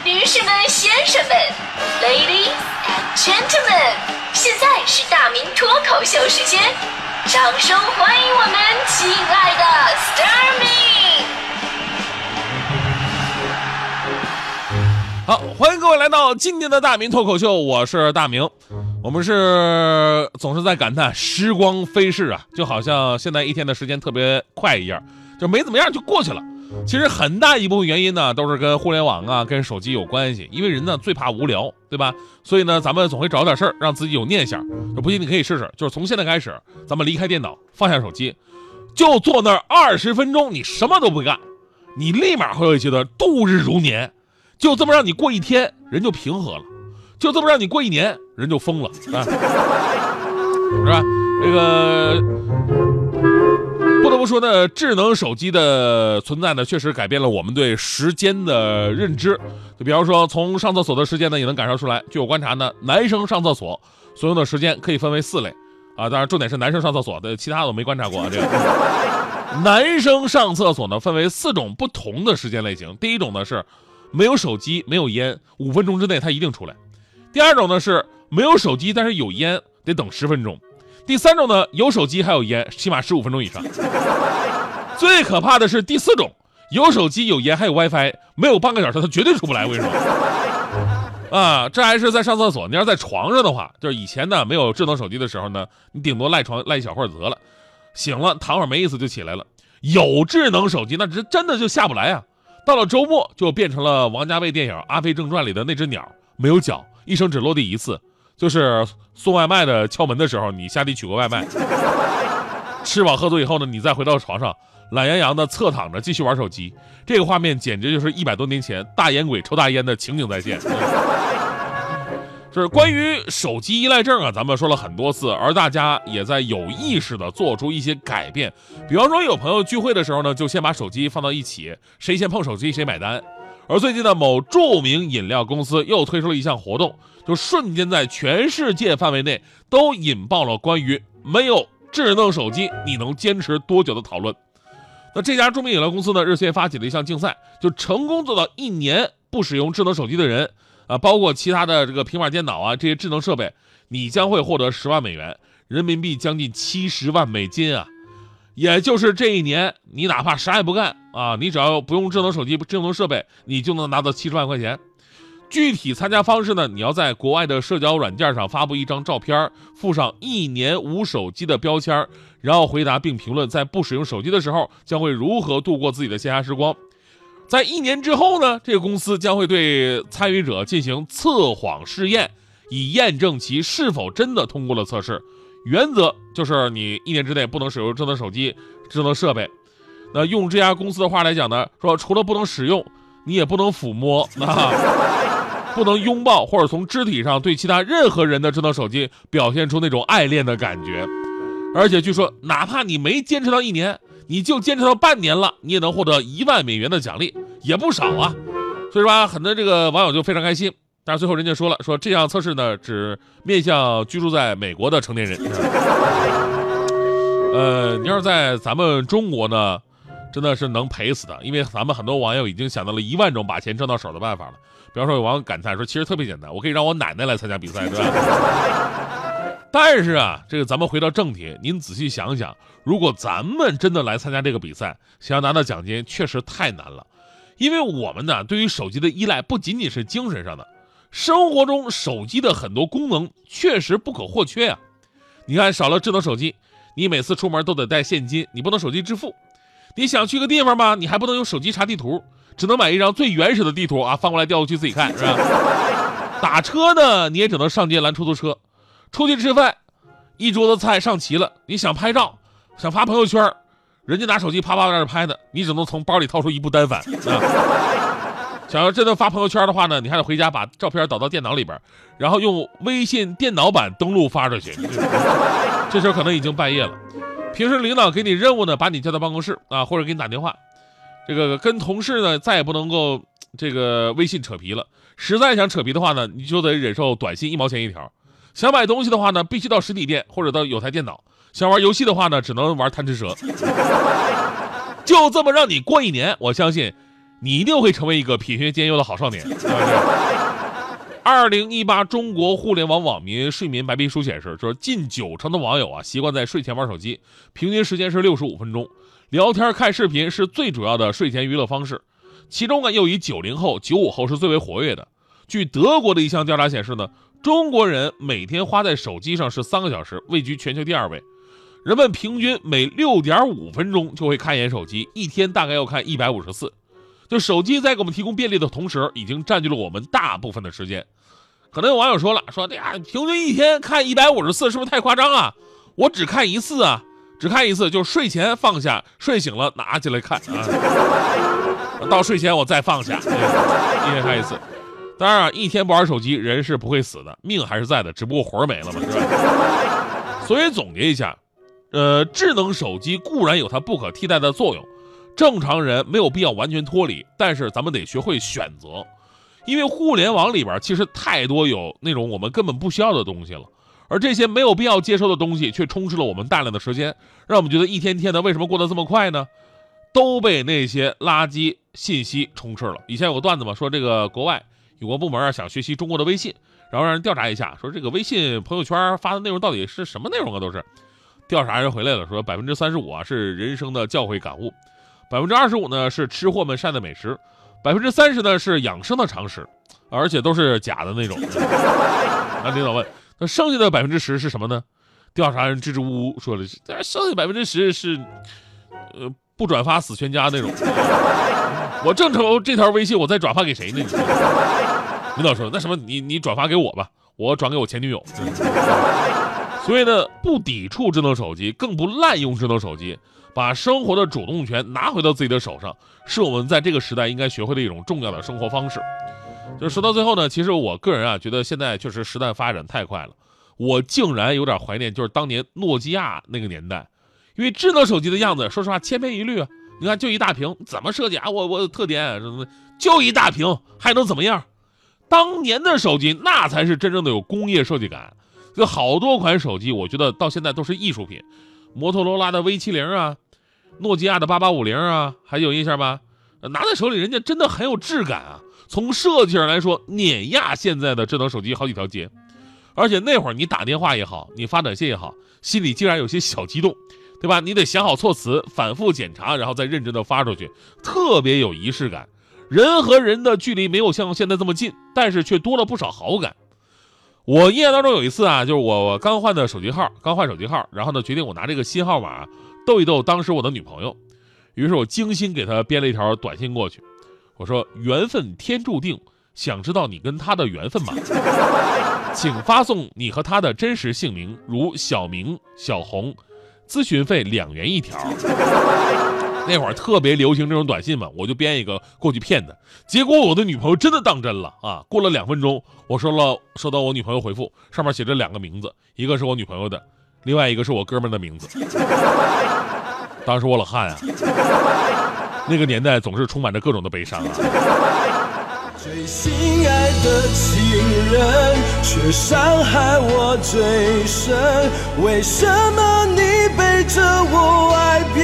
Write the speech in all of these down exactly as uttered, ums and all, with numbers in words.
女士们、先生们 ，Ladies and Gentlemen， 现在是大明脱口秀时间，掌声欢迎我们亲爱的 Starmin。 好，欢迎各位来到今天的大明脱口秀，我是大明。我们是总是在感叹时光飞逝啊，就好像现在一天的时间特别快一样，就没怎么样就过去了。其实很大一部分原因呢，都是跟互联网啊、跟手机有关系。因为人呢最怕无聊，对吧？所以呢，咱们总会找点事儿让自己有念想。就不信你可以试试，就是从现在开始，咱们离开电脑，放下手机，就坐那儿二十分钟，你什么都不干，你立马会觉得度日如年。就这么让你过一天，人就平和了；就这么让你过一年，人就疯了，啊、是吧？这个不得不说呢，智能手机的存在呢，确实改变了我们对时间的认知。就比方说，从上厕所的时间呢，也能感受出来。据我观察呢，男生上厕所所用的时间可以分为四类啊，当然重点是男生上厕所的，其他的我没观察过啊。这个男生上厕所呢，分为四种不同的时间类型。第一种呢是没有手机没有烟，五分钟之内他一定出来。第二种呢是没有手机但是有烟，得等十分钟。第三种呢有手机还有烟，起码十五分钟以上。最可怕的是第四种，有手机有烟还有 WiFi， 没有半个小时他绝对出不来。为什么啊？这还是在上厕所。你要是在床上的话，就是以前呢没有智能手机的时候呢，你顶多赖床赖一小会儿得了，醒了躺会儿没意思就起来了。有智能手机那真真的就下不来啊。到了周末就变成了王家卫电影《阿飞正传》里的那只鸟，没有脚，一生只落地一次，就是送外卖的敲门的时候，你下地取个外卖，吃饱喝足以后呢，你再回到床上，懒洋洋的侧躺着继续玩手机。这个画面简直就是一百多年前大烟鬼抽大烟的情景再现。就是关于手机依赖症啊，咱们说了很多次，而大家也在有意识的做出一些改变。比方说有朋友聚会的时候呢，就先把手机放到一起，谁先碰手机谁买单。而最近呢，某著名饮料公司又推出了一项活动，就瞬间在全世界范围内都引爆了关于没有智能手机你能坚持多久的讨论。那这家著名饮料公司呢，日前发起了一项竞赛，就成功做到一年不使用智能手机的人啊，包括其他的这个平板电脑啊，这些智能设备，你将会获得十万美元，人民币将近七十万美金啊！也就是这一年，你哪怕啥也不干啊，你只要不用智能手机、智能设备，你就能拿到七十万块钱。具体参加方式呢，你要在国外的社交软件上发布一张照片，附上一年无手机的标签，然后回答并评论在不使用手机的时候将会如何度过自己的闲暇时光。在一年之后呢，这个公司将会对参与者进行测谎试验，以验证其是否真的通过了测试。原则就是你一年之内不能使用智能手机、智能设备。那用这家公司的话来讲呢，说除了不能使用，你也不能抚摸，啊，不能拥抱，或者从肢体上对其他任何人的智能手机表现出那种爱恋的感觉。而且据说，哪怕你没坚持到一年，你就坚持到半年了，你也能获得一万美元的奖励，也不少啊。所以说，很多这个网友就非常开心。但是最后人家说了，说这项测试呢，只面向居住在美国的成年人。呃，你要是在咱们中国呢，真的是能赔死的，因为咱们很多网友已经想到了一万种把钱挣到手的办法了。比方说，有网友感叹说，其实特别简单，我可以让我奶奶来参加比赛，对吧？但是啊，这个咱们回到正题，您仔细想想，如果咱们真的来参加这个比赛，想要拿到奖金，确实太难了。因为我们呢，对于手机的依赖不仅仅是精神上的，生活中手机的很多功能确实不可或缺呀、啊。你看，少了智能手机，你每次出门都得带现金，你不能手机支付。你想去个地方吧，你还不能用手机查地图，只能买一张最原始的地图啊，翻过来调过去自己看，是吧？打车呢，你也只能上街拦出租车。出去吃饭，一桌子菜上齐了，你想拍照，想发朋友圈，人家拿手机啪啪在那拍的，你只能从包里掏出一部单反啊。想要真的发朋友圈的话呢，你还得回家把照片导到电脑里边，然后用微信电脑版登录发出去。这时候可能已经半夜了。平时领导给你任务呢，把你叫到办公室啊，或者给你打电话，这个跟同事呢再也不能够这个微信扯皮了。实在想扯皮的话呢，你就得忍受短信一毛钱一条。想买东西的话呢，必须到实体店或者到有台电脑。想玩游戏的话呢，只能玩贪吃蛇。就这么让你过一年，我相信你一定会成为一个品学兼优的好少年。二零一八中国互联网网民睡眠白皮书显示，说近九成的网友啊习惯在睡前玩手机，平均时间是六十五分钟。聊天看视频是最主要的睡前娱乐方式，其中呢又以九零后、九五后是最为活跃的。据德国的一项调查显示呢，中国人每天花在手机上是三个小时，位居全球第二位。人们平均每六点五分钟就会看一眼手机，一天大概要看一百五十次。就手机在给我们提供便利的同时，已经占据了我们大部分的时间。可能有网友说了，说哎呀，平均一天看一百五十次是不是太夸张啊？我只看一次啊，只看一次，就是睡前放下，睡醒了拿起来看啊，到睡前我再放下，一天看一次。当然啊，一天不玩手机，人是不会死的，命还是在的，只不过魂没了嘛，是吧？所以总结一下，呃，智能手机固然有它不可替代的作用，正常人没有必要完全脱离，但是咱们得学会选择。因为互联网里边其实太多有那种我们根本不需要的东西了，而这些没有必要接收的东西却充斥了我们大量的时间，让我们觉得一天天的为什么过得这么快呢？都被那些垃圾信息充斥了。以前有个段子嘛，说这个国外有关部门啊想学习中国的微信，然后让人调查一下，说这个微信朋友圈发的内容到底是什么内容啊？都是调查人回来了，说百分之三十五啊是人生的教诲感悟，百分之二十五呢是吃货们晒的美食，百分之三十呢是养生的常识，而且都是假的那种。那领导问，那剩下的百分之十是什么呢？调查人支支吾吾说了，但是剩下百分之十是，呃，不转发死全家那种。我正愁这条微信我再转发给谁呢？领导说，那什么，你你转发给我吧，我转给我前女友。所以呢，不抵触智能手机，更不滥用智能手机，把生活的主动权拿回到自己的手上，是我们在这个时代应该学会的一种重要的生活方式。就是说到最后呢，其实我个人啊觉得现在确实时代发展太快了，我竟然有点怀念就是当年诺基亚那个年代，因为智能手机的样子说实话千篇一律啊。你看就一大屏，怎么设计啊，我我的特点什么的，就一大屏还能怎么样？当年的手机那才是真正的有工业设计感，就好多款手机我觉得到现在都是艺术品，摩托罗拉的 V 七十 啊，诺基亚的八八五零啊，还有印象吗？拿在手里人家真的很有质感啊，从设计上来说碾压现在的智能手机好几条街。而且那会儿你打电话也好，你发短信也好，心里竟然有些小激动，对吧？你得想好措辞，反复检查，然后再认真的发出去，特别有仪式感。人和人的距离没有像现在这么近，但是却多了不少好感。我印象当中有一次啊，就是我我刚换的手机号，刚换手机号，然后呢决定我拿这个新号码逗一逗当时我的女朋友，于是我精心给她编了一条短信过去，我说缘分天注定，想知道你跟他的缘分吗？请发送你和他的真实姓名，如小明、小红，咨询费两元一条。那会儿特别流行这种短信嘛，我就编一个过去骗他，结果我的女朋友真的当真了啊！过了两分钟，我收了收到我女朋友回复，上面写着两个名字，一个是我女朋友的，另外一个是我哥们的名字。当时我老汉啊，那个年代总是充满着各种的悲伤啊。 最心爱的情人却伤害我最深，为什么你背着我爱别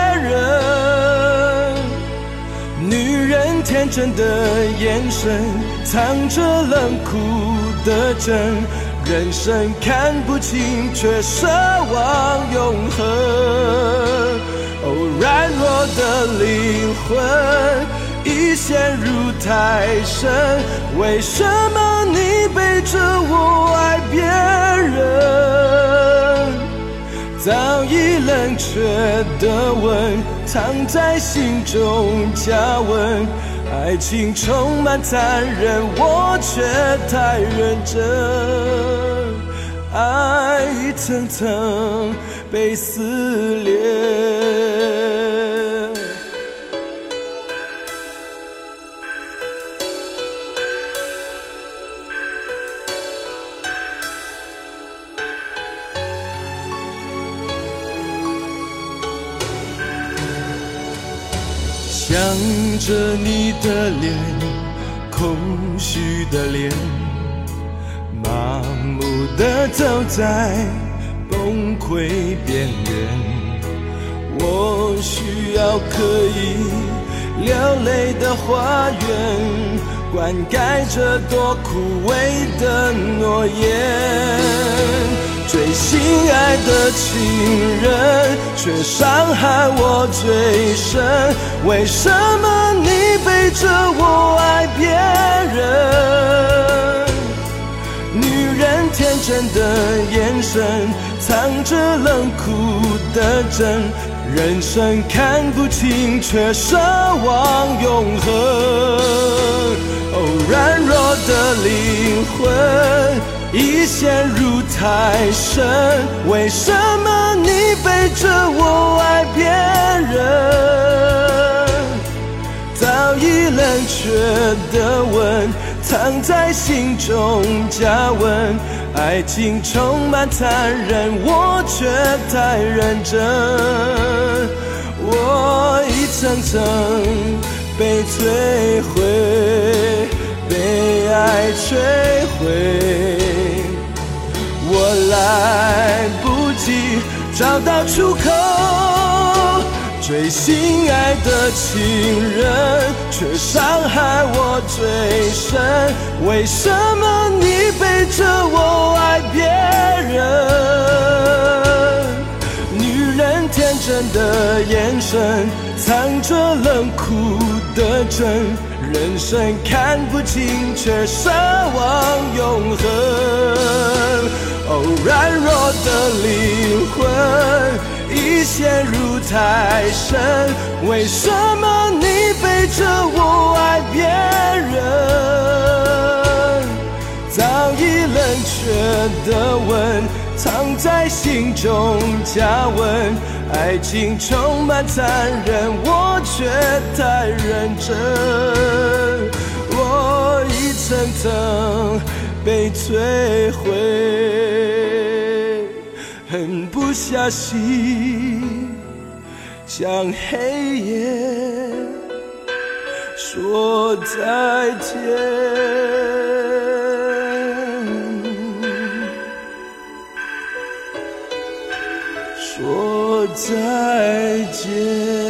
人？女人天真的眼神藏着冷酷的真，人生看不清却奢望永恒。哦，软弱的灵魂已陷入太深，为什么你背着我爱别人？早已冷却的吻藏在心中加温，爱情充满残忍，我却太认真，爱一层层被撕裂。想着你的脸，空虚的脸，麻木地走在崩溃边缘。我需要可以流泪的花园，灌溉着多枯萎的诺言。最心爱的情人，却伤害我最深。为什么你背着我爱别人？女人天真的眼神，藏着冷酷的真。人生看不清，却奢望永恒。哦，软弱的灵魂已陷入太深。为什么你背着我爱别人？早已冷却的吻，藏在心中加温。爱情充满残忍，我却太认真。我一层层被摧毁，被爱摧毁。我来不及找到出口，最心爱的情人却伤害我最深。为什么你背着我爱别人？女人天真的眼神，藏着冷酷的真。人生看不清，却奢望永恒。哦，软弱的灵魂已陷入太深。为什么你背着我爱别人？早已冷却的吻，藏在心中加温。爱情充满残忍，我却太认真。我一层层被摧毁，狠不下心将黑夜说再见。说再见。